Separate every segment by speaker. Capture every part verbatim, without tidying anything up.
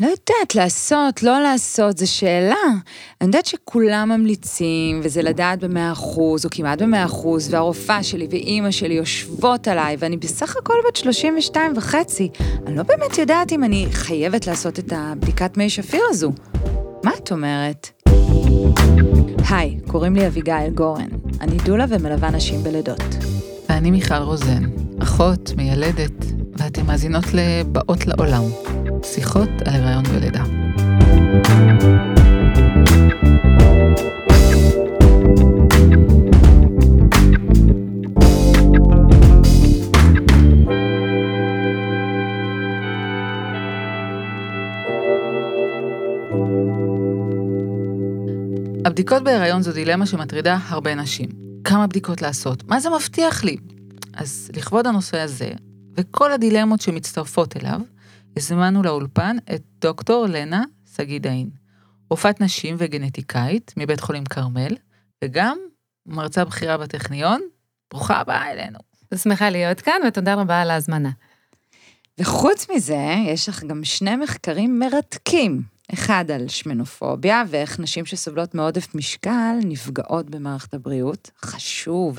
Speaker 1: לא יודעת, לעשות, לא לעשות, זו שאלה. אני יודעת שכולם ממליצים, וזה לדעת במאה אחוז, או כמעט במאה אחוז, והרופאה שלי ואימא שלי יושבות עליי, ואני בסך הכל בת שלושים ושתיים וחצי. אני לא באמת יודעת אם אני חייבת לעשות את הבדיקת מי שפיר הזו. מה את אומרת? היי, קוראים לי אביגיל גורן. אני דולה ומלווה נשים בלידות.
Speaker 2: ואני מיכל רוזן, אחות, מיילדת, ואתם מאזינות לבאות לעולם. שיחות על הריון ולידה. הבדיקות בהיריון זו דילמה שמטרידה הרבה נשים. כמה בדיקות לעשות? מה זה מבטיח לי? אז לכבוד הנושא הזה, וכל הדילמות שמצטרפות אליו, הזמנו לאולפן את דוקטור לנה סגידאין, רופאת נשים וגנטיקאית מבית חולים כרמל, וגם מרצה בכירה בטכניון. ברוכה הבאה אלינו.
Speaker 3: שמחה להיות כאן, ותודה רבה על ההזמנה.
Speaker 1: וחוץ מזה, יש לך גם שני מחקרים מרתקים. אחד על שמנופוביה, ואיך נשים שסובלות מעודף משקל נפגעות במערכת הבריאות. חשוב.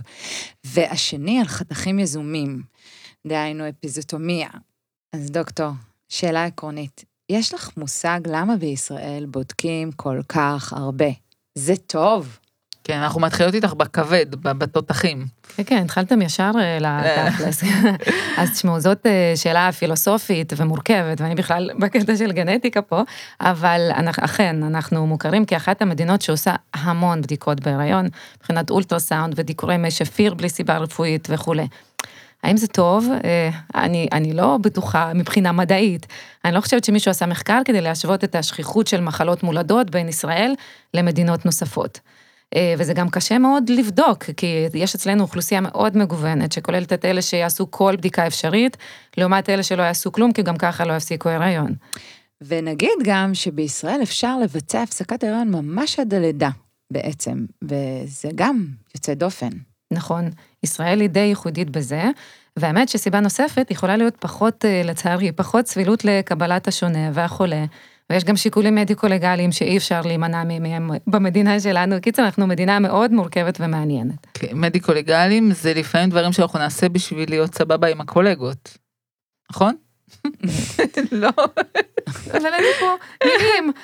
Speaker 1: והשני על חתכים יזומים. דהיינו אפיזוטומיה. אז דוקטור, שאלה עקרונית. יש לך מושג למה בישראל בודקים כל כך הרבה? זה טוב.
Speaker 2: כן, אנחנו מתחילות איתך בכבד, בתותחים.
Speaker 3: כן, כן, התחלתם ישר לתכלס. אז תשמעו, זאת שאלה פילוסופית ומורכבת, ואני בכלל בקטע של גנטיקה פה, אבל אכן, אנחנו מוכרים כאחת המדינות שעושה המון בדיקות בהיריון, מבחינת אולטרסאונד ודיקורי מי שפיר בלי סיבה רפואית וכו'. האם זה טוב? אני, אני לא בטוחה מבחינה מדעית. אני לא חושבת שמישהו עשה מחקר כדי להשוות את השכיחות של מחלות מולדות בין ישראל למדינות נוספות. וזה גם קשה מאוד לבדוק, כי יש אצלנו אוכלוסייה מאוד מגוונת, שכוללת את אלה שיעשו כל בדיקה אפשרית, לעומת אלה שלא יעשו כלום, כי גם ככה לא יפסיקו הריון.
Speaker 1: ונגיד גם שבישראל אפשר לבצע הפסקת הריון ממש עד הלידה, בעצם, וזה גם יוצא דופן.
Speaker 3: נכון, ישראל היא די ייחודית בזה, והאמת שסיבה נוספת יכולה להיות פחות, לצערי, פחות סבילות לקבלת השונה והחולה, ויש גם שיקולים מדיקו-לגליים שאי אפשר להימנע מהם במדינה שלנו. קיצר, אנחנו מדינה מאוד מורכבת ומעניינת.
Speaker 2: מדיקו-לגליים זה לפעמים דברים שאנחנו נעשה בשביל להיות סבבה עם הקולגות. נכון? לא.
Speaker 3: אבל אני פה נראים.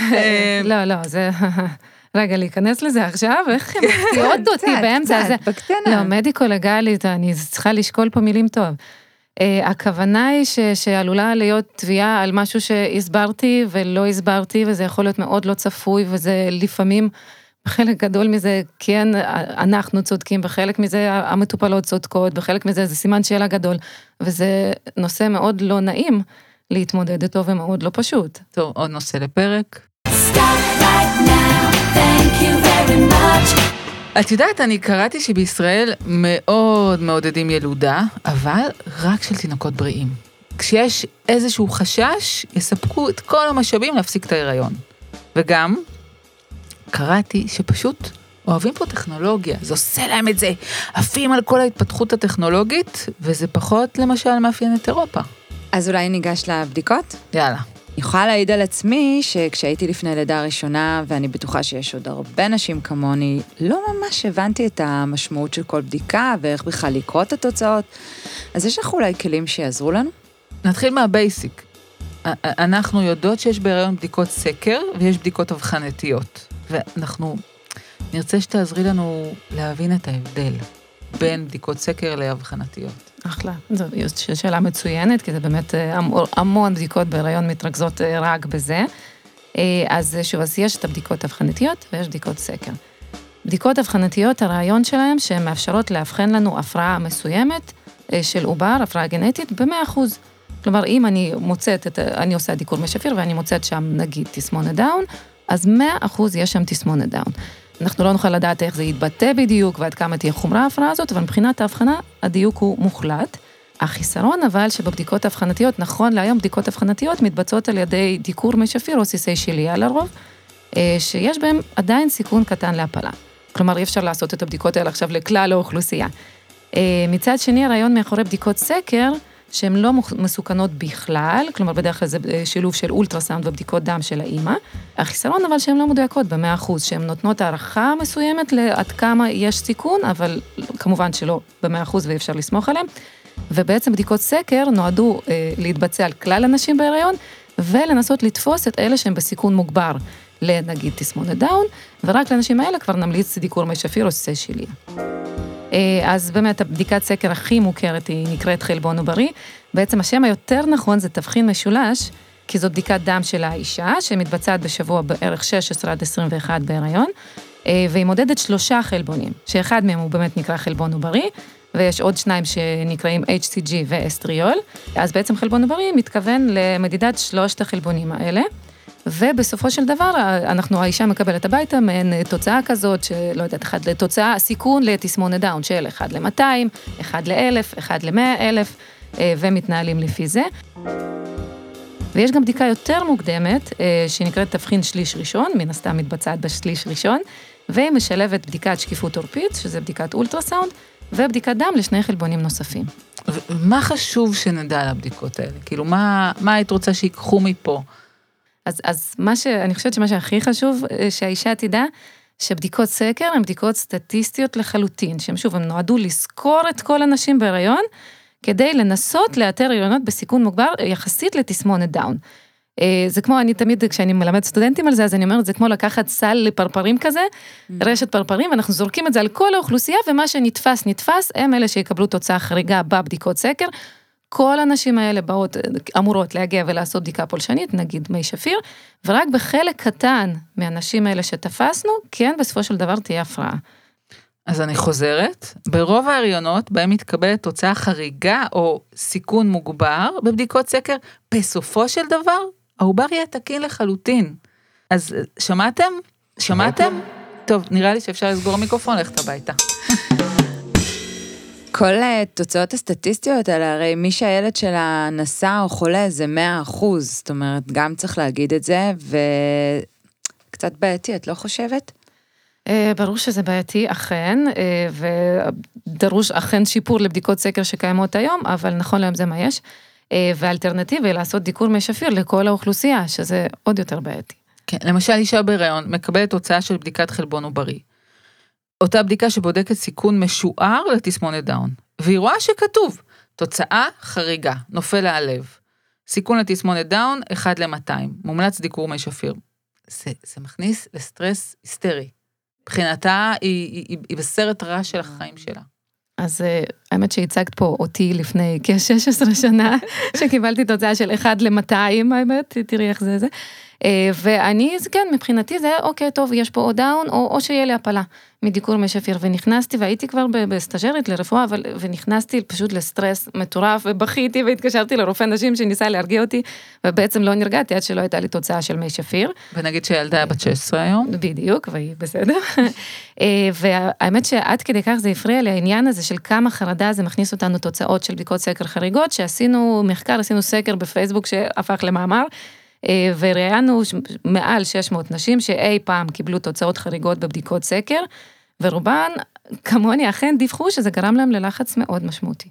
Speaker 3: לא, לא, זה... רגע, להיכנס לזה עכשיו, איך הם מפתיעות אותי באמצע הזה? לא, מדיקו-לגלית, אני צריכה לשקול פה מילים טוב. הכוונה היא שעלולה להיות תביעה על משהו שהסברתי ולא הסברתי, וזה יכול להיות מאוד לא צפוי, וזה לפעמים, בחלק גדול מזה, כן, אנחנו צודקים, בחלק מזה המטופלות צודקות, בחלק מזה זה סימן שאלה גדול, וזה נושא מאוד לא נעים להתמודד איתו, ומאוד לא פשוט.
Speaker 2: טוב, עוד נושא לפרק. את יודעת, אני קראתי שבישראל מאוד מעודדים ילודה, אבל רק של תינוקות בריאים. כשיש איזשהו חשש, יספקו את כל המשאבים להפסיק את ההיריון. וגם, קראתי שפשוט אוהבים פה טכנולוגיה, זה עושה להם את זה, עפים על כל ההתפתחות הטכנולוגית, וזה פחות למשל מאפיין את אירופה.
Speaker 1: אז אולי ניגש לבדיקות?
Speaker 2: יאללה.
Speaker 1: אני יכולה להעיד על עצמי שכשהייתי לפני לידה ראשונה, ואני בטוחה שיש עוד הרבה נשים כמוני, לא ממש הבנתי את המשמעות של כל בדיקה, ואיך בכלל לקרוא את התוצאות. אז יש לך אולי כלים שיעזרו לנו?
Speaker 2: נתחיל מהבייסיק. אנחנו יודעות שיש בהיריון בדיקות סקר, ויש בדיקות אבחנתיות. ואנחנו נרצה שתעזרי לנו להבין את ההבדל בין בדיקות סקר לאבחנתיות.
Speaker 3: אחלה, זו שאלה מצוינת, כי זה באמת המון בדיקות בהיריון מתרכזות רק בזה. אז שוב, אז יש את הבדיקות אבחנתיות ויש בדיקות סקר. בדיקות אבחנתיות, הרעיון שלהם שהן מאפשרות להבחן לנו הפרעה מסוימת של עובר, הפרעה גנטית, ב-מאה אחוז. כלומר, אם אני מוצאת, את, אני עושה דיקור מי שפיר ואני מוצאת שם נגיד תסמונת דאון, אז מאה אחוז יש שם תסמונת דאון. אנחנו לא נוכל לדעת איך זה יתבטא בדיוק, ועד כמה תהיה חומרה ההפרעה הזאת, אבל מבחינת ההבחנה, הדיוק הוא מוחלט. החיסרון אבל שבבדיקות ההבחנתיות, נכון להיום בדיקות ההבחנתיות, מתבצעות על ידי דיקור מי שפיר או סיסי שליה לרוב, שיש בהם עדיין סיכון קטן להפלה. כלומר, אי אפשר לעשות את הבדיקות האלה עכשיו לכלל האוכלוסייה. מצד שני, הרעיון מאחורי בדיקות סקר, שהן לא מסוכנות בכלל, כלומר בדרך כלל זה שילוב של אולטרסאונד ובדיקות דם של האמא. החיסרון אבל שהן לא מדויקות ב-מאה אחוז, שהן נותנות הערכה מסוימת לעד כמה יש סיכון, אבל כמובן שלא ב-מאה אחוז ואי אפשר לסמוך עליהן. ובעצם בדיקות סקר נועדו אה, להתבצע על כלל הנשים בהיריון, ולנסות לתפוס את אלה שהם בסיכון מוגבר, לנגיד תסמונת דאון, ורק לאנשים האלה כבר נמליץ דיקור מי שפיר או סשיליה. אז באמת הבדיקת סקר הכי מוכרת היא נקראת חלבון עוברי, בעצם השם היותר נכון זה תבחין משולש, כי זו בדיקת דם של האישה, שמתבצעת בשבוע בערך שש עשרה עד עשרים ואחת בהיריון, והיא מודדת שלושה חלבונים, שאחד מהם הוא באמת נקרא חלבון עוברי, ויש עוד שניים שנקראים אייץ' סי ג'י ואסטריול, אז בעצם חלבון עוברי מתכוון למדידת שלושת החלבונים האלה, ובסופו של דבר, אנחנו, האישה מקבלת הביתה מעין תוצאה כזאת, שלא יודעת, אחד לתוצאה, סיכון לתסמונת דאון של אחד ל-מאתיים, אחד ל-אלף, אחד ל-מאה אלף, ומתנהלים לפי זה. ויש גם בדיקה יותר מוקדמת, שנקראת תבחין שליש ראשון, מן הסתם מתבצעת בשליש ראשון, והיא משלבת בדיקת שקיפות עורפית, שזה בדיקת אולטרסאונד, ובדיקת דם לשני חלבונים נוספים.
Speaker 2: מה חשוב שנדע על הבדיקות האלה? כאילו, מה, מה היית רוצה שיקחו מפה?
Speaker 3: אז, אז מה ש, אני חושבת שמה שהכי חשוב, שהאישה תדע, שבדיקות סקר הן בדיקות סטטיסטיות לחלוטין, שהן שוב, הן נועדו לזכור את כל הנשים בהיריון, כדי לנסות לאתר הריונות בסיכון מוגבר, יחסית לתסמונת דאון. זה כמו, אני תמיד, כשאני מלמד סטודנטים על זה, אז אני אומרת, זה כמו לקחת סל לפרפרים כזה, רשת פרפרים, ואנחנו זורקים את זה על כל האוכלוסייה, ומה שנתפס, נתפס, הם אלה שיקבלו תוצאה חריגה בבדיקות סקר, כל הנשים האלה באות, אמורות להגיע ולעשות בדיקה פולשנית, נגיד מי שפיר, ורק בחלק קטן מהנשים האלה שתפסנו, כן, בסופו של דבר תהיה הפרעה.
Speaker 2: אז אני חוזרת, ברוב ההריונות בהם מתקבלת תוצאה חריגה או סיכון מוגבר בבדיקות סקר, בסופו של דבר, העובר יהיה תקין לחלוטין. אז שמעתם? שמעתם? טוב, נראה לי שאפשר לסגור המיקרופון, ללכת הביתה.
Speaker 1: כל תוצאות הסטטיסטיות האלה, הרי מי שהילד שלה נשא או חולה זה מאה אחוז, זאת אומרת, גם צריך להגיד את זה, וקצת בעייתי, את לא חושבת?
Speaker 3: ברור שזה בעייתי, אכן, ודרוש אכן שיפור לבדיקות סקר שקיימות היום, אבל נכון להם זה מה יש, ואלטרנטיבי לעשות דיקור מי שפיר לכל האוכלוסייה, שזה עוד יותר בעייתי.
Speaker 2: כן, למשל אישה בהיריון מקבלת תוצאה של בדיקת חלבון עוברי. אותה בדיקה שבודקת סיכון משוער לתסמונת דאון, והיא רואה שכתוב, תוצאה חריגה, נופל להלב. סיכון לתסמונת דאון, אחד ל-מאתיים, מומלץ דיקור מי שפיר. זה, זה מכניס לסטרס היסטרי. מבחינתה היא, היא, היא בסרט רע של החיים שלה.
Speaker 3: אז האמת שהצגת פה אותי לפני כ-שש עשרה שנה, שקיבלתי תוצאה של אחד ל-מאתיים, האמת, תראי איך זה זה. ואני, כן, מבחינתי זה, אוקיי, טוב, יש פה או דאון, או, או שיהיה לי הפלה מדיקור מי שפיר, ונכנסתי, והייתי כבר בסטאז'רית לרפואה, אבל, ונכנסתי פשוט לסטרס מטורף, ובכיתי, והתקשרתי לרופא נשים שניסה להרגיע אותי, ובעצם לא נרגעתי, עד שלא הייתה לי תוצאה של מי שפיר.
Speaker 2: ונגיד שילדה בת שש עשרה היום.
Speaker 3: בדיוק, והיא בסדר. והאמת שעד כדי כך זה הפריע לי, העניין הזה של כמה חרדה זה מכניס אותנו תוצאות של בדיקות סקר חריגות, שעשינו מחקר, עשינו סקר בפייסבוק שהפך למאמר, וראיינו מעל שש מאות נשים שאי פעם קיבלו תוצאות חריגות בבדיקות סקר, ורובן, כמוני, אכן דיווחו שזה גרם להם ללחץ מאוד משמעותי.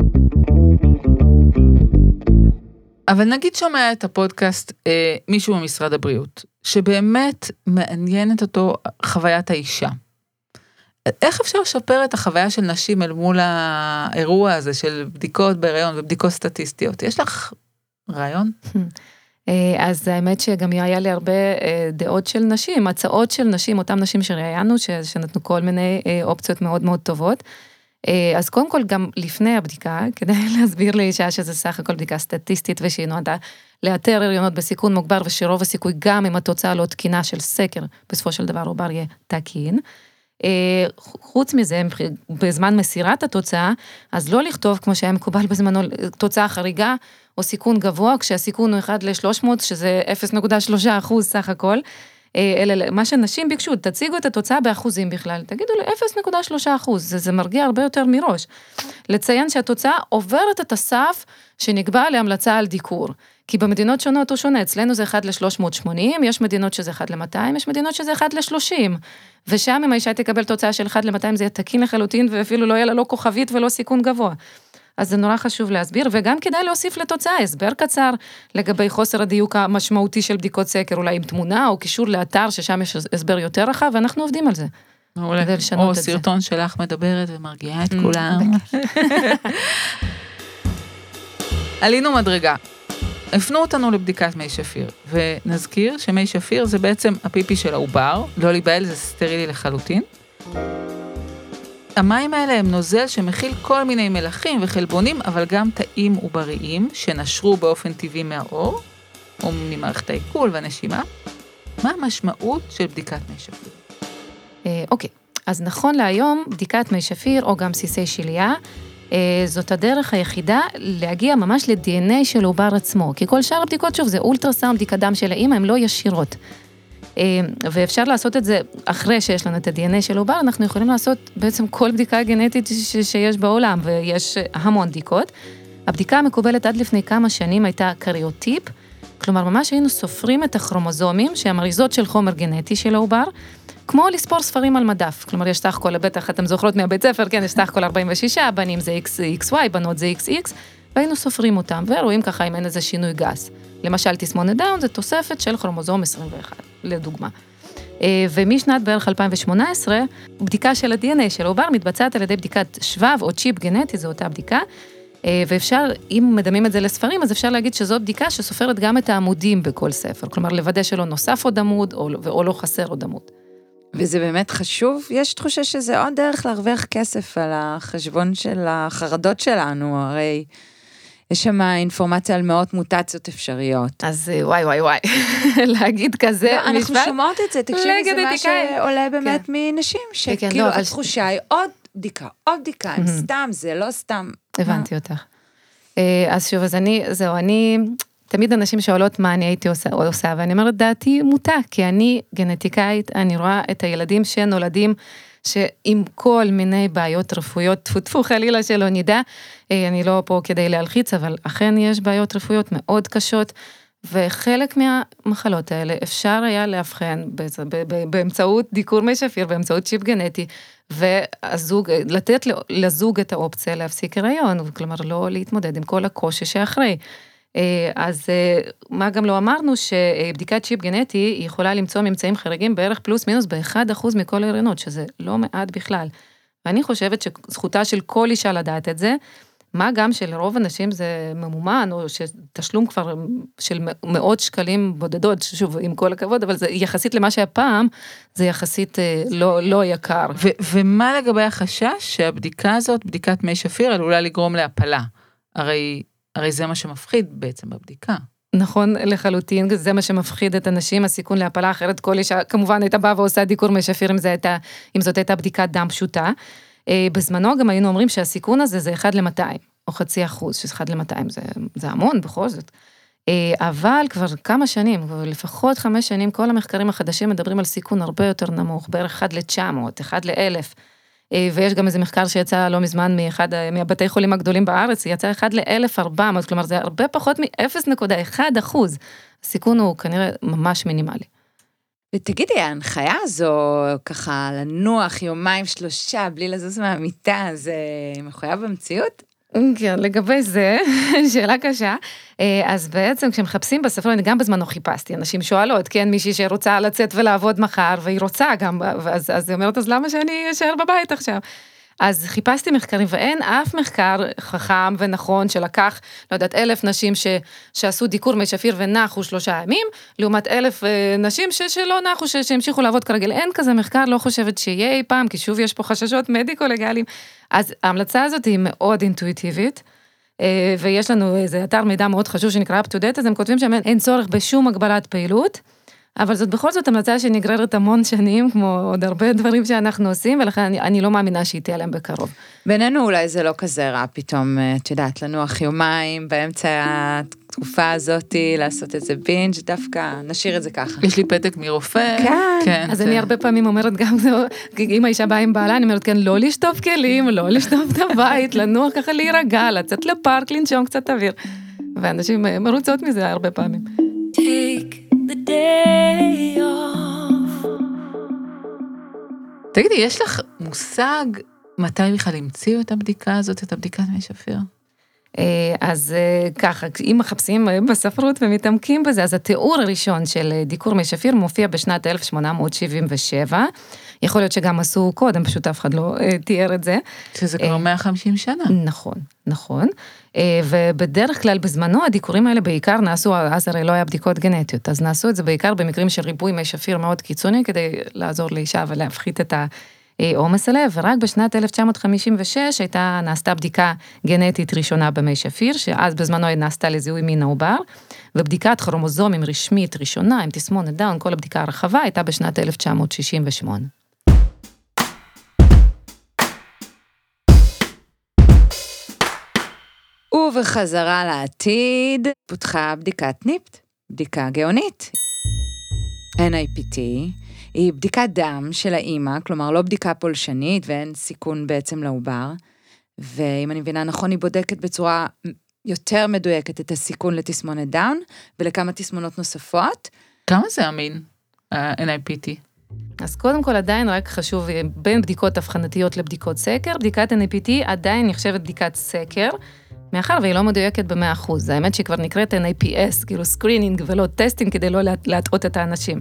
Speaker 2: אבל נגיד שומע את הפודקאסט אה, מישהו במשרד הבריאות, שבאמת מעניינת אותו חוויית האישה. איך אפשר לשפר את החוויה של נשים אל מול האירוע הזה של בדיקות בהיריון ובדיקות סטטיסטיות? יש לך רעיון?
Speaker 3: אז האמת שגם היה לי הרבה דעות של נשים, הצעות של נשים, אותם נשים שראיינו, שנתנו כל מיני אופציות מאוד מאוד טובות. אז קודם כל גם לפני הבדיקה, כדי להסביר לאישה שזה סך הכל בדיקה סטטיסטית, ושהיא נועדה לאתר הריונות בסיכון מוגבר, ושרוב הסיכוי גם אם התוצאה לא תקינה של סקר, בסופו של דבר עובר יהיה תקין. חוץ מזה, בזמן מסירת התוצאה, אז לא לכתוב כמו שהיה מקובל בזמנו, תוצאה חריגה או סיכון גבוה, כשהסיכון הוא אחד ל-שלוש מאות, שזה אפס נקודה שלוש אחוז סך הכל, אלא מה שנשים ביקשו, תציגו את התוצאה באחוזים בכלל, תגידו לי אפס נקודה שלוש אחוז, זה, זה מרגיע הרבה יותר מראש. לציין שהתוצאה עוברת את הסף שנקבע להמלצה על דיקור, כי במדינות שונות הוא שונה, אצלנו זה אחד ל-שלוש מאות ושמונים, יש מדינות שזה אחד ל-מאתיים, יש מדינות שזה אחד ל-שלושים, ושם אם האישה תקבל תוצאה של אחד ל-מאתיים, זה יהיה תקין לחלוטין, ואפילו לא יהיה לה לא כוכבית ולא סיכון גבוה. אז זה נורא חשוב להסביר, וגם כדאי להוסיף לתוצאה, הסבר קצר לגבי חוסר הדיוק המשמעותי של בדיקות סקר, אולי עם תמונה או קישור לאתר, ששם יש הסבר יותר רחב, ואנחנו עובדים על זה.
Speaker 2: או סרטון שלך מדברת ומרגיעה את כולם. עלינו מדרגה. הפנו אותנו לבדיקת מי שפיר, ונזכיר שמי שפיר זה בעצם הפיפי של העובר, לא להיבהל, זה סטרילי לחלוטין. המים האלה הם נוזל שמכיל כל מיני מלחים וחלבונים, אבל גם תאים עובריים שנשרו באופן טבעי מהאור, או ממערכת העיכול והנשימה. מה המשמעות של בדיקת מי שפיר?
Speaker 3: אוקיי, אז נכון להיום, בדיקת מי שפיר או גם סיסי שליה, זאת הדרך היחידה להגיע ממש ל-די אן איי של עובר עצמו, כי כל שאר הבדיקות, שוב, זה אולטרסאונד, בדיקת דם של האמא, הן לא ישירות. ואפשר לעשות את זה אחרי שיש לנו את ה-די אן איי של עובר, אנחנו יכולים לעשות בעצם כל בדיקה גנטית שיש בעולם, ויש המון בדיקות. הבדיקה המקובלת עד לפני כמה שנים הייתה קריוטיפ, כלומר ממש היינו סופרים את הכרומוזומים, שהם אריזות של חומר גנטי של העובר, כמו לספור ספרים על מדף, כלומר יש סך הכל, בטח אתם זוכרות מהבית ספר, כן, יש סך הכל ארבעים ושש, בנים זה אקס וואי, בנות זה אקס אקס, והיינו סופרים אותם, ורואים ככה אם אין איזה שינוי גס. למשל, תסמונת דאון זה תוספת של כרומוזום עשרים ואחת, לדוגמה. ומשנת בערך אלפיים ושמונה עשרה, בדיקה של ה-די אן איי של העובר מתבצעת על ידי בדיקת שבב או צ'יפ גנטי, זו אותה בדיקה, ואפשר, אם מדמים את זה לספרים, אז אפשר להגיד שזו בדיקה שסופרת גם את העמודים בכל ספר, כלומר לוודא שלא נוסף עוד עמוד, או, או לא חסר עוד עמוד.
Speaker 1: וזה באמת חשוב, יש תחושה שזה עוד דרך להרוויח כסף על החשבון של החרדות שלנו, הרי יש שם אינפורמציה על מאות מוטציות אפשריות.
Speaker 3: אז וואי וואי וואי, להגיד כזה
Speaker 1: לא, אנחנו שומעות את זה, תקשיבי, זה מה שעולה באמת כן. מנשים, שכאילו כן, לא, התחושה אז... היא עוד בדיקה, עוד בדיקה, הם סתם, זה לא סתם.
Speaker 3: הבנתי אותך. אז שוב, אז אני, זהו, אני... תמיד אנשים שואלות מה אני הייתי עושה, עושה, ואני אומרת, דעתי מוטה, כי אני גנטיקאית, אני רואה את הילדים שנולדים, שעם כל מיני בעיות רפואיות, תפו חלילה שלא נדע, אני לא פה כדי להלחיץ, אבל אכן יש בעיות רפואיות מאוד קשות, וחלק מהמחלות האלה אפשר היה להבחן באמצעות דיקור מי שפיר, באמצעות צ'יפ גנטי, והזוג, לתת לזוג את האופציה להפסיק הריון, כלומר לא להתמודד עם כל הקושי שאחרי. אז מה גם לא אמרנו שבדיקת צ'יפ גנטי היא יכולה למצוא ממצאים חריגים בערך פלוס מינוס ב-אחד אחוז מכל ההריונות, שזה לא מעט בכלל. ואני חושבת שזכותה של כל אישה לדעת את זה, מה גם שלרוב אנשים זה ממומן, או שתשלום כבר של מאות שקלים בודדות, שוב, עם כל הכבוד, אבל זה יחסית למה שהיה פעם, זה יחסית לא, לא יקר.
Speaker 2: ו- ומה לגבי החשש שהבדיקה הזאת, בדיקת מי שפיר, עלולה לגרום להפלה? הרי... הרי זה מה שמפחיד בעצם בבדיקה.
Speaker 3: נכון, לחלוטין, זה מה שמפחיד את אנשים, הסיכון להפלה אחרת, כל אישה כמובן הייתה באה ועושה דיקור מי שפיר, אם, הייתה, אם זאת הייתה בדיקת דם פשוטה. בזמנו גם היינו אומרים שהסיכון הזה זה אחד למאתיים, או חצי אחוז, שזה אחד למאתיים, זה, זה המון בכל זאת. אבל כבר כמה שנים, לפחות חמש שנים, כל המחקרים החדשים מדברים על סיכון הרבה יותר נמוך, בערך אחד ל-תשע מאות, אחד ל-אלף, ויש גם איזה מחקר שיצא לא מזמן מאחד, מהבתי חולים הגדולים בארץ, יצא אחד ל-אלף וארבע מאות, כלומר זה הרבה פחות מ-אפס נקודה אחת אחוז. הסיכון הוא כנראה ממש מינימלי.
Speaker 1: ותגידי, ההנחיה הזו, ככה לנוח יומיים שלושה, בלי לזוז מהמיטה, זה מחויב במציאות?
Speaker 3: כן, לגבי זה, שאלה קשה, אז בעצם כשמחפשים בספר, אני גם בזמנו חיפשתי, אנשים שואלות, כן, מישהי שרוצה לצאת ולעבוד מחר, והיא רוצה גם, אז, אז היא אומרת, אז למה שאני אשאר בבית עכשיו? אז חיפשתי מחקרים, ואין אף מחקר חכם ונכון שלקח, לא יודעת, אלף נשים ש, שעשו דיקור מי שפיר ונחו שלושה ימים, לעומת אלף נשים ש, שלא נחו, ש, שהמשיכו לעבוד כרגל. אין כזה מחקר, לא חושבת שיהיה אי פעם, כי שוב יש פה חששות מדיקו-לגליים. אז ההמלצה הזאת היא מאוד אינטואיטיבית, ויש לנו איזה אתר מידע מאוד חשוב שנקרא up to date, אז הם כותבים שאין צורך בשום הגבלת פעילות, אבל זאת בכל זאת המלצה שנגררת המון שנים, כמו עוד הרבה דברים שאנחנו עושים, ולכן אני, אני לא מאמינה שהיא תהיה להם בקרוב.
Speaker 1: בינינו אולי זה לא כזה רע, פתאום, את יודעת, לנוח יומיים, באמצע התקופה הזאת, לעשות איזה בינג', דווקא נשאיר את זה ככה.
Speaker 2: יש לי פתק מרופא.
Speaker 1: כן.
Speaker 2: כן
Speaker 3: אז
Speaker 2: זה...
Speaker 3: אני הרבה פעמים אומרת גם, אם האישה באה עם בעלה, אני אומרת, כן, לא לשטוף כלים, לא לשטוף את הבית, לנוח ככה להירגע, לצאת לפארק, לנשום קצת אוויר. ואנשים מרוצות מזה הרבה פעמים. Take the day off.
Speaker 2: תגידי, יש לך מושג מתי בכלל המציאו את הבדיקה הזאת, את הבדיקת מי שפיר?
Speaker 3: אז ככה, אם מחפשים בספרות ומתעמקים בזה, אז התיאור הראשון של דיקור מי שפיר מופיע בשנת אלף שמונה מאות שבעים ושבע, יכול להיות שגם עשו קודם, פשוט אף אחד לא תיאר את זה.
Speaker 2: שזה כבר מאה וחמישים שנה.
Speaker 3: נכון, נכון. ובדרך כלל בזמנו הדיקורים האלה בעיקר נעשו, אז הרי לא היה בדיקות גנטיות, אז נעשו את זה בעיקר במקרים של ריבוי מי שפיר מאוד קיצוני, כדי לעזור לאישה ולהפחית את העומס עליה, ורק בשנת אלף תשע מאות חמישים ושש הייתה, נעשתה בדיקה גנטית ראשונה במי שפיר, שאז בזמנו נעשתה לזיהוי מין העובר, ובדיקת כרומוזומים רשמית ראשונה, עם תסמונת דאון, כל הבדיקה הרחבה, הייתה בשנת אלף תשע מאות שישים ושמונה.
Speaker 1: ובחזרה לעתיד, פותחה בדיקת ניפט, בדיקה גאונית. אן איי פי טי היא בדיקת דם של האימא, כלומר לא בדיקה פולשנית ואין סיכון בעצם לעובר, ואם אני מבינה נכון, היא בודקת בצורה יותר מדויקת את הסיכון לתסמונת דאון, ולכמה תסמונות נוספות.
Speaker 2: כמה זה אמין, ה-אן איי פי טי?
Speaker 3: אז קודם כל עדיין רק חשוב, בין בדיקות הבחנתיות לבדיקות סקר, בדיקת אן איי פי טי עדיין נחשבת בדיקת סקר, מאחר והיא לא מדויקת ב-מאה אחוז, האמת שהיא כבר נקראת אן איי פי אס, כאילו סקרינינג ולא טסטינג, כדי לא להטעות את האנשים.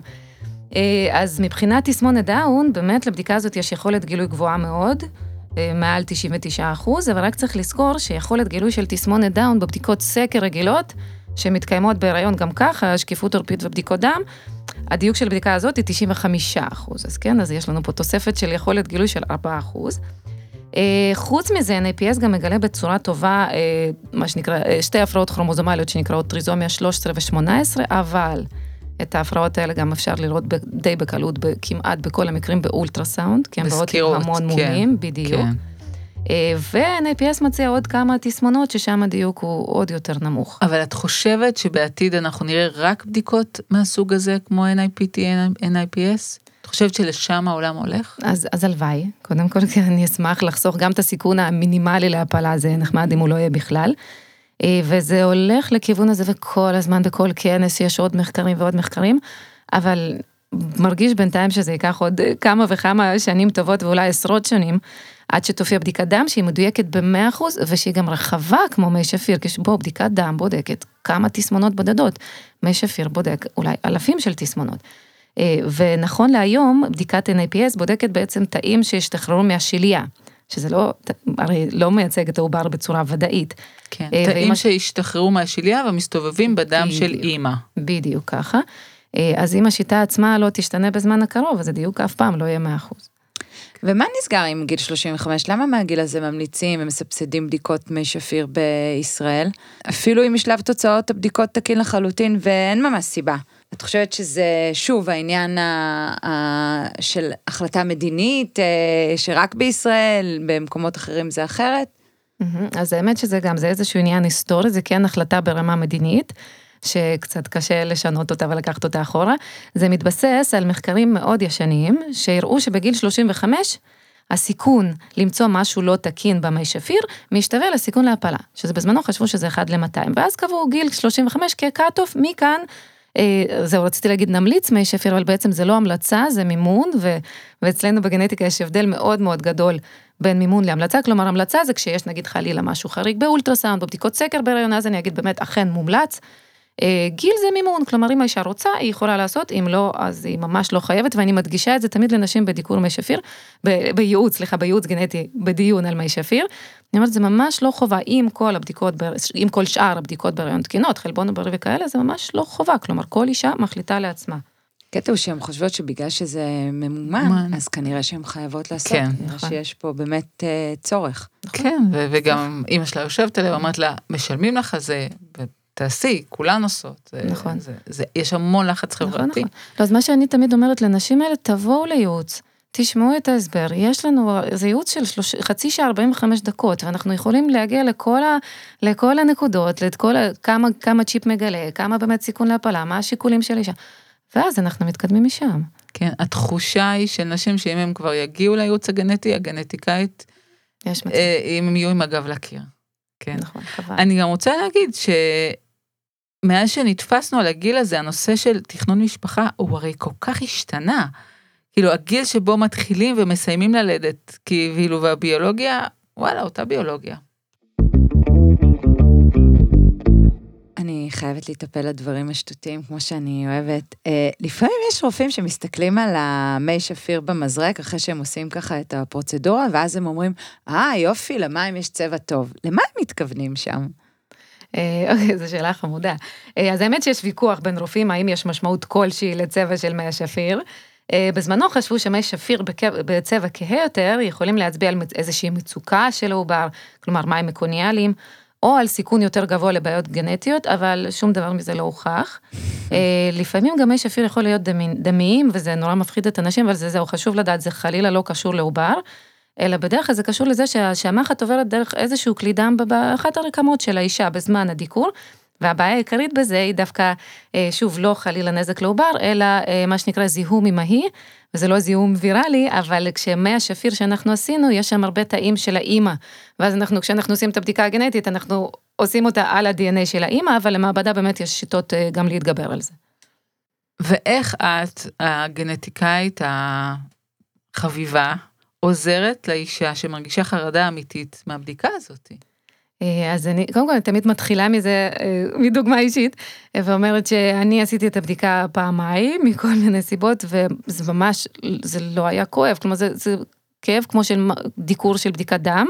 Speaker 3: אז מבחינת תסמונת דאון, באמת לבדיקה הזאת יש יכולת גילוי גבוהה מאוד, מעל תשעים ותשעה אחוז, אבל רק צריך לזכור שיכולת גילוי של תסמונת דאון בבדיקות סקר רגילות, שמתקיימות בהיריון גם ככה, שקיפות עורפית ובדיקות דם, הדיוק של הבדיקה הזאת היא תשעים וחמישה אחוז, אז כן, אז יש לנו פה תוספת של יכולת גילוי של ארבעה אחוז. חוץ מזה, אן איי פי אס גם מגלה בצורה טובה, מה שנקרא, שתי הפרעות כרומוזומליות שנקראות טריזומיה שלוש עשרה ו-שמונה עשרה, אבל את ההפרעות האלה גם אפשר לראות די בקלות, כמעט בכל המקרים באולטרסאונד, כי הן באות עם המון מומים, בדיוק. ו-אן איי פי אס מציע עוד כמה תסמונות, ששם הדיוק הוא עוד יותר נמוך.
Speaker 2: אבל את חושבת שבעתיד אנחנו נראה רק בדיקות מהסוג הזה, כמו אן איי פי טי, אן איי פי אס? את חושבת שלשם העולם הולך?
Speaker 3: אז, אז הלוואי, קודם כל אני אשמח לחסוך גם את הסיכון המינימלי להפלה, זה נחמד אם הוא לא יהיה בכלל, וזה הולך לכיוון הזה, וכל הזמן בכל כנס יש עוד מחקרים ועוד מחקרים, אבל מרגיש בינתיים שזה ייקח עוד כמה וכמה שנים טובות, ואולי עשרות שנים, עד שתופיע בדיקת דם שהיא מדויקת ב-מאה אחוז, ושהיא גם רחבה כמו מי שפיר, כשבו בדיקת דם בודקת כמה תסמונות בודדות, מי שפיר בודק אולי אלפים של תסמונות. ונכון להיום, בדיקת אן איי פי אס בודקת בעצם תאים שהשתחררו מהשיליה, שזה לא, הרי לא מייצג את העובר בצורה ודאית.
Speaker 2: כן, תאים שהשתחררו מהשיליה ומסתובבים בדם של אימא.
Speaker 3: בדיוק ככה. אז אם השיטה עצמה לא תשתנה בזמן הקרוב, אז הדיוק אף פעם לא יהיה מאה אחוז.
Speaker 1: ומה נסגר עם גיל שלושים וחמש? למה מהגיל הזה ממליצים ומסבסדים בדיקות מי שפיר בישראל? אפילו אם משלב תוצאות הבדיקות תקין לחלוטין ואין ממש סיבה. את חושבת שזה שוב העניין של החלטה מדינית, שרק בישראל, במקומות אחרים זה אחרת?
Speaker 3: אז האמת שזה גם, זה איזשהו עניין היסטורי, זה כן החלטה ברמה מדינית, שקצת קשה לשנות אותה ולקחת אותה אחורה, זה מתבסס על מחקרים מאוד ישנים, שהראו שבגיל שלושים וחמש, הסיכון למצוא משהו לא תקין במי שפיר, משתווה לסיכון להפלה, שזה בזמנו חשבו שזה אחד ל-מאתיים, ואז קבעו גיל שלושים וחמש כקאט-אוף, מכאן, זהו, רציתי להגיד נמליץ מי שפיר, אבל בעצם זה לא המלצה, זה מימון, ו- ואצלנו בגנטיקה יש הבדל מאוד מאוד גדול בין מימון להמלצה, כלומר המלצה זה כשיש נגיד חלילה משהו חריג באולטרסאונד, בבדיקות סקר בהיריון, אז אני אגיד באמת אכן מומלץ, גיל זה מימון, כלומר אם האישה רוצה, היא יכולה לעשות, אם לא, אז היא ממש לא חייבת, ואני מדגישה את זה תמיד לנשים בדיקור מי שפיר, ב- בייעוץ, סליחה, בייעוץ גנטי, בדיון על מי שפיר, אני אומרת, זה ממש לא חובה, עם כל הבדיקות, עם כל שאר הבדיקות בהיריון תקינות, חלבון עוברי וכאלה, זה ממש לא חובה, כלומר כל אישה מחליטה לעצמה.
Speaker 1: קטע הוא שהן חושבות שבגלל שזה ממומן, אז כנראה שהן חייבות לעשות,
Speaker 2: כן,
Speaker 1: כנראה שיש פה באמת צורך.
Speaker 2: כן, וגם אמא שלה יושבת עליה, ואומרת לה, משלמים לך זה, תעשי, כולן עושות.
Speaker 3: נכון.
Speaker 2: זה, זה, יש המון לחץ חברתי.
Speaker 3: נכון, נכון. לא, אז מה שאני תמיד אומרת לנשים האלה, תבואו לייעוץ, תשמעו את ההסבר, יש לנו, זה ייעוץ של שלוש, חצי שעה ארבעים וחמש דקות, ואנחנו יכולים להגיע לכל, ה, לכל הנקודות, לכל ה, כמה, כמה צ'יפ מגלה, כמה באמת סיכון להפלה, מה השיקולים של אישה, ואז אנחנו מתקדמים משם.
Speaker 2: כן, התחושה היא של נשים שאם הם כבר יגיעו לייעוץ הגנטי, הגנטיקאית,
Speaker 3: יש מצב.
Speaker 2: אם הם יהיו עם הגב לקיר. כן.
Speaker 3: נכון, חבל.
Speaker 2: אני גם רוצה להגיד שמאז שנתפסנו על הגיל הזה, הנושא של תכנון משפחה, הוא הרי כל כך השתנה. כאילו, הגיל שבו מתחילים ומסיימים ללדת, כאילו, והביולוגיה, וואלה, אותה ביולוגיה.
Speaker 1: חייבת להטפל לדברים השטותיים, כמו שאני אוהבת. לפעמים יש רופאים שמסתכלים על המי שפיר במזרק, אחרי שהם עושים ככה את הפרוצדורה, ואז הם אומרים, אה, יופי, למים יש צבע טוב. למה הם מתכוונים שם?
Speaker 3: אוקיי, זו שאלה חמודה. אז האמת שיש ויכוח בין רופאים, האם יש משמעות כלשהי לצבע של מי השפיר. בזמנו חשבו שמי שפיר בצבע כהה יותר, יכולים להצביע על איזושהי מצוקה של העובר, כלומר מים מקוניאליים, או על סיכון יותר גבוה לבעיות גנטיות, אבל שום דבר מזה לא הוכח. לפעמים גם מי שפיר יכול להיות דמיים, וזה נורא מפחיד את אנשים, אבל זה זהו חשוב לדעת, זה חלילה לא קשור לעובר, אלא בדרך כלל זה קשור לזה שהמחט עוברת דרך איזשהו כלי דם באחת הרקמות של האישה בזמן הדיקור, והבעיה העיקרית בזה היא דווקא, שוב, לא חלילה נזק לעובר, אלא מה שנקרא זיהום אמהי, וזה לא זיהום ויראלי, אבל כשמי השפיר שאנחנו עשינו, יש שם הרבה תאים של האימא, ואז אנחנו, כשאנחנו עושים את הבדיקה הגנטית, אנחנו עושים אותה על ה-די אן איי של האימא, אבל למעבדה באמת יש שיטות גם להתגבר על זה.
Speaker 2: ואיך את, הגנטיקאית החביבה, עוזרת לאישה שמרגישה חרדה אמיתית מהבדיקה הזאת?
Speaker 3: אז אני, קודם כל, אני תמיד מתחילה מזה, מדוגמה אישית, ואומרת שאני עשיתי את הבדיקה פעמיים, מכל מיני סיבות, וזה ממש, זה לא היה כואב, כלומר, זה, זה כאב כמו של דיקור של בדיקת דם,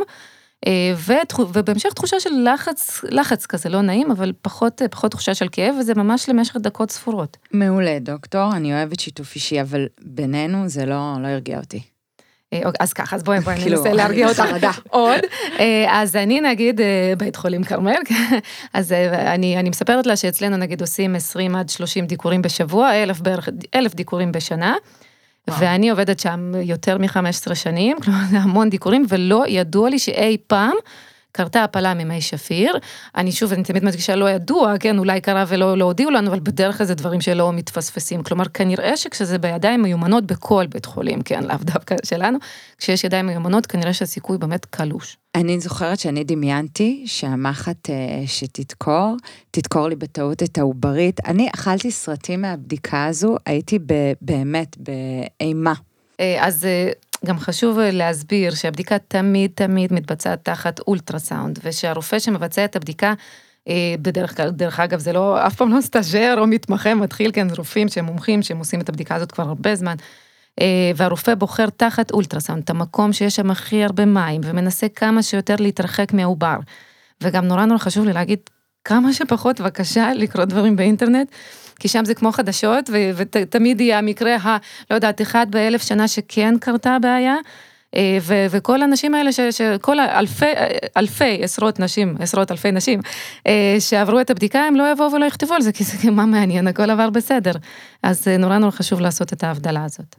Speaker 3: ובהמשך תחושה של לחץ, לחץ כזה, לא נעים, אבל פחות, פחות תחושה של כאב, וזה ממש למשך דקות ספורות.
Speaker 1: מעולה, דוקטור, אני אוהבת שיתוף אישי, אבל בינינו זה לא, לא הרגיע אותי.
Speaker 3: אז ככה, אז בואי, בואי, אני ננסה להרגיע אותך עוד. אז אני נגיד, בית חולים כרמל, אז אני, אני מספרת לה שאצלנו נגיד עושים עשרים עד שלושים דיקורים בשבוע, אלף בערך, אלף דיקורים בשנה, ואני עובדת שם יותר מ-חמש עשרה שנים, כלומר, זה המון דיקורים, ולא ידוע לי שאי פעם קרתה הפלה ממי שפיר. אני שוב, אני תמיד מדגישה, לא ידוע, כן, אולי קרה ולא לא הודיעו לנו, אבל בדרך כלל זה דברים שלא מתפספסים. כלומר, כנראה שכשזה בידיים מיומנות בכל בית חולים, כן, לאו דווקא שלנו, כשיש ידיים מיומנות, כנראה שהסיכוי באמת קלוש.
Speaker 1: אני זוכרת שאני דמיינתי שהמחט שתדקור, תדקור לי בטעות את העוברית. אני אכלתי סרטים מהבדיקה הזו, הייתי באמת באימה.
Speaker 3: אז גם חשוב להסביר שהבדיקה תמיד תמיד מתבצעת תחת אולטרסאונד, ושהרופא שמבצע את הבדיקה, בדרך כלל, דרך אגב, זה לא, אף פעם לא סטאז'ר או מתמחה, מתחיל כן רופאים שהם מומחים, שהם עושים את הבדיקה הזאת כבר הרבה זמן, והרופא בוחר תחת אולטרסאונד, את המקום שיש שם הכי הרבה מים, ומנסה כמה שיותר להתרחק מהעובר, וגם נורא נורא חשוב לי להגיד, כמה שפחות בבקשה לקרוא דברים באינטרנט, כי שם זה כמו חדשות, ותמיד יהיה המקרה, ה, לא יודעת, אחד באלף שנה שכן קרתה בעיה, וכל האנשים האלה, שכל אלפי, אלפי, עשרות נשים, עשרות אלפי נשים, שעברו את הבדיקה, הם לא יבואו ולא יכתבו על זה, כי זה מה מעניין, הכל עבר בסדר. אז נורא נורא חשוב לעשות את ההבדלה הזאת.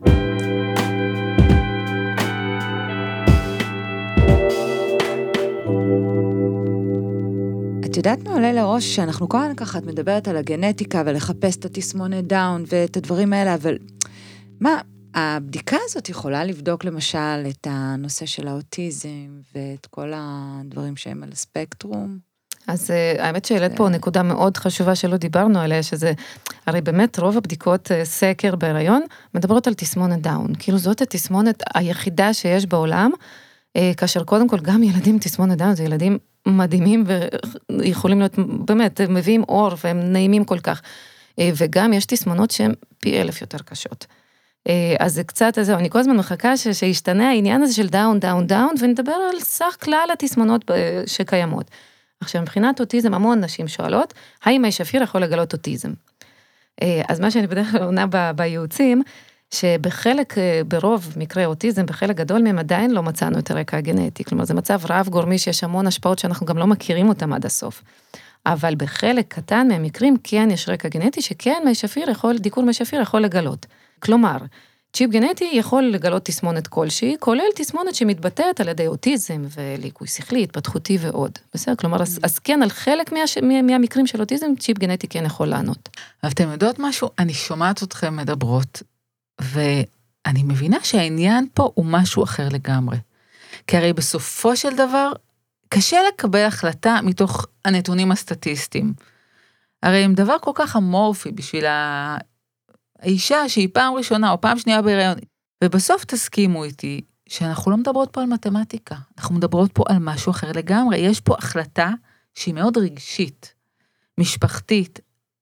Speaker 1: את יודעת מה עולה לראש שאנחנו כל ככה, את מדברת על הגנטיקה ולחפש את התסמונת דאון ואת הדברים האלה, אבל מה, הבדיקה הזאת יכולה לבדוק למשל את הנושא של האוטיזם ואת כל הדברים שהם על הספקטרום?
Speaker 3: אז האמת שהעלית פה נקודה מאוד חשובה שלא דיברנו עליה, שזה, הרי באמת רוב הבדיקות סקר בהיריון מדברות על תסמונת דאון, כאילו זאת התסמונת היחידה שיש בעולם, כאשר קודם כל גם ילדים תסמונת דאון, זה ילדים מדהימים ויכולים להיות, באמת, הם מביאים אור והם נעימים כל כך, וגם יש תסמונות שהן פי אלף יותר קשות. אז זה קצת, אז אני כל הזמן מחכה שישתנה העניין הזה של דאון, דאון, דאון, ונדבר על סך כלל התסמונות שקיימות. עכשיו, מבחינת אוטיזם, המון נשים שואלות, האם מי שפיר יכול לגלות אוטיזם? אז מה שאני בדרך כלל עונה בייעוצים, שבחלק, ברוב מקרי אוטיזם, בחלק גדול מהם עדיין לא מצאנו את הרקע הגנטי, כלומר זה מצב רב גורמי שיש המון השפעות שאנחנו גם לא מכירים אותם עד הסוף. אבל בחלק קטן מהמקרים כן יש רקע גנטי שכן מי שפיר יכול, דיקור מי שפיר יכול לגלות. כלומר, צ'יפ גנטי יכול לגלות תסמונת כלשהי, כולל תסמונת שמתבטאת על ידי אוטיזם וליקוי שכלי, התפתחותי ועוד. בסדר? כלומר, אז, אז כן, על חלק מה, מה, מהמקרים של אוטיזם, צ'יפ גנטי כן יכול לענות.
Speaker 2: אבל אתם יודעות משהו? אני שומעת אתכם מדברות, ואני מבינה שהעניין פה הוא משהו אחר לגמרי. כי הרי בסופו של דבר, קשה לקבל החלטה מתוך הנתונים הסטטיסטיים. הרי הם דבר כל כך אמורפי בשביל ה... האישה שהיא פעם ראשונה או פעם שנייה בהיריון, ובסוף תסכימו איתי שאנחנו לא מדברות פה על מתמטיקה, אנחנו מדברות פה על משהו אחר לגמרי, יש פה החלטה שהיא מאוד רגשית, משפחתית,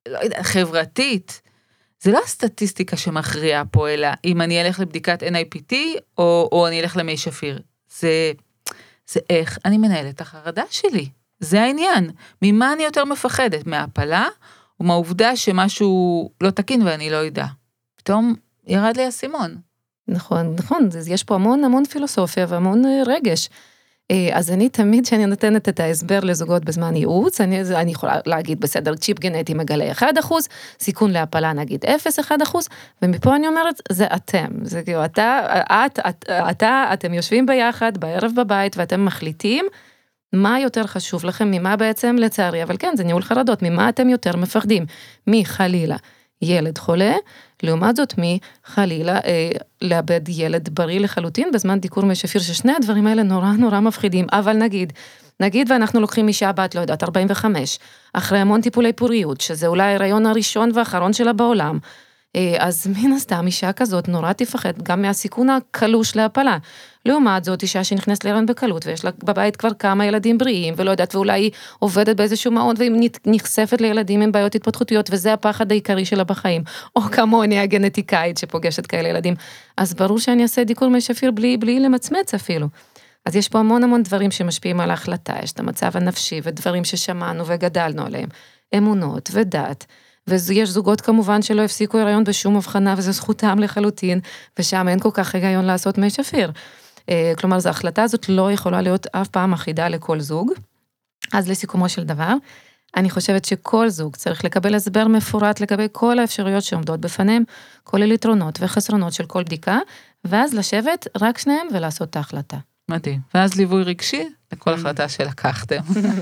Speaker 2: לא יודע, חברתית. זה לא הסטטיסטיקה שמכריעה פה, אלא אם אני אלך לבדיקת אן איי פי טי, או, או אני אלך למי שפיר. זה, זה איך אני מנהלת את החרדה שלי. זה העניין. ממה אני יותר מפחדת? מהפלה, או מהעובדה שמשהו לא תקין ואני לא יודע. פתאום ירד לי הסימון.
Speaker 3: נכון, נכון, יש פה המון המון פילוסופיה והמון רגש. אז אני תמיד שאני נותנת את ההסבר לזוגות בזמן ייעוץ, אני, אני יכולה להגיד בסדר, צ'יפ גנטי מגלה אחד אחוז, סיכון להפלה נגיד אפס אחד אחוז, ומפה אני אומרת, זה אתם, זה כאילו, אתה, את, את, אתה, אתם יושבים ביחד, בערב בבית, ואתם מחליטים, מה יותר חשוב לכם, ממה בעצם לצערי, אבל כן, זה ניהול חרדות, ממה אתם יותר מפחדים, מי חלילה ילד חולה, לעומת זאת מי חלילה אה, לאבד ילד בריא לחלוטין בזמן דיקור מי שפיר, ששני הדברים האלה נורא נורא מפחידים, אבל נגיד, נגיד ואנחנו לוקחים אישה בת, לא יודעת, ארבעים וחמש, אחרי המון טיפולי פוריות, שזה אולי ההיריון הראשון והאחרון שלה בעולם, אה, אז מן הסתם אישה כזאת נורא תפחד גם מהסיכון הקלוש להפלה. לעומת זאת אישה שנכנסת להיריון בקלות, ויש לה בבית כבר כמה ילדים בריאים, ולא יודעת, ואולי היא עובדת באיזשהו מעון, והיא נחשפת לילדים עם בעיות התפתחותיות, וזה הפחד העיקרי שלה בחיים, או כמוני הגנטיקאית שפוגשת כאלה ילדים. אז ברור שאני אעשה דיקור מי שפיר בלי, בלי למצמץ אפילו. אז יש פה המון המון דברים שמשפיעים על ההחלטה, יש את המצב הנפשי, ודברים ששמענו וגדלנו עליהם, אמונות ודת, ויש זוגות כמובן שלא הפסיקו הריון בשום הבחנה, וזו זכותם לחלוטין, ושם אין כל כך היגיון לעשות מי שפיר. כלומר, זו ההחלטה הזאת לא יכולה להיות אף פעם אחידה לכל זוג. אז לסיכומו של דבר, אני חושבת שכל זוג צריך לקבל הסבר מפורט לגבי כל האפשרויות שעומדות בפניהם, כולל יתרונות וחסרונות של כל בדיקה, ואז לשבת רק שניהם ולעשות את ההחלטה.
Speaker 2: מדהים. ואז ליווי רגשי לכל החלטה שלקחתם.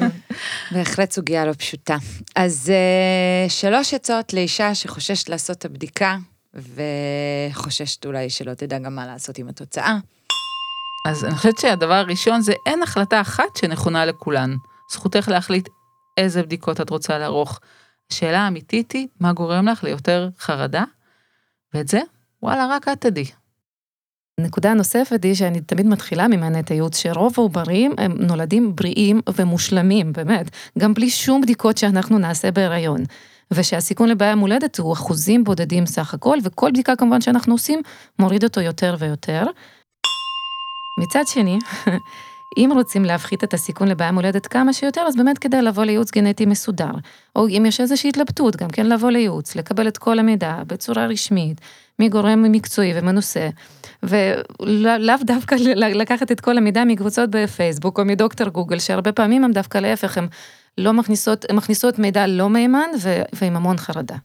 Speaker 1: בהחלט סוגיה לא פשוטה. אז שלוש עצות לאישה שחוששת לעשות את הבדיקה, וחוששת אולי שלא תדע גם מה לעשות עם התוצאה.
Speaker 2: אז אני חושבת שהדבר הראשון זה אין החלטה אחת שנכונה לכולן. זכותך להחליט איזה בדיקות את רוצה לערוך. השאלה האמיתית היא, מה גורם לך ליותר חרדה? ואת זה, וואלה, רק את תדעי.
Speaker 3: נקודה נוספת היא שאני תמיד מתחילה ממנה את הייעוץ, שרוב העוברים הם נולדים בריאים ומושלמים, באמת, גם בלי שום בדיקות שאנחנו נעשה בהיריון. ושהסיכון לבעיה מולדת הוא אחוזים בודדים סך הכל, וכל בדיקה כמובן שאנחנו עושים, מוריד אותו יותר ויותר. מצד שני, אם רוצים להפחית את הסיכון לבעיה מולדת כמה שיותר, אז באמת כדאי לבוא לייעוץ גנטי מסודר, או אם יש איזושהי התלבטות, גם כן לבוא לייעוץ, לקבל את כל המידע בצורה רשמית, מגורם מקצועי ומנוסה, ולאו דווקא לקחת את כל המידע מקבוצות בפייסבוק, או מדוקטור גוגל, שהרבה פעמים הם דווקא להפך, הם לא מכניסות, הם מכניסות מידע לא מהימן, ועם המון חרדה.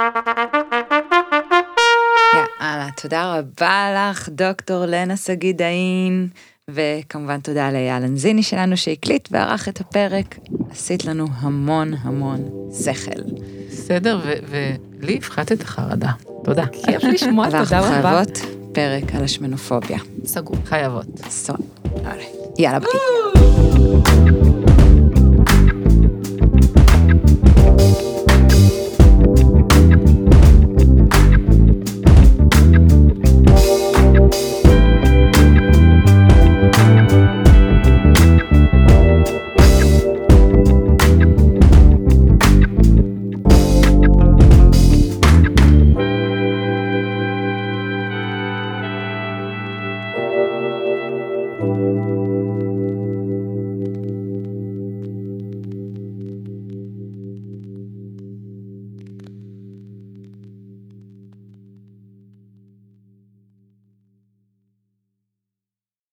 Speaker 1: יאללה, תודה רבה לך, דוקטור לנה סגידאין, וכמובן תודה לאייל אנזיני שלנו שהקליט וערך את הפרק, עשית לנו המון המון שכל.
Speaker 2: בסדר, ולי הפחת את החרדה. תודה.
Speaker 3: כיף לשמוע, תודה רבה.
Speaker 1: אנחנו חייבות פרק על השמנופוביה.
Speaker 3: סגור.
Speaker 2: חייבות.
Speaker 1: יאללה ביי.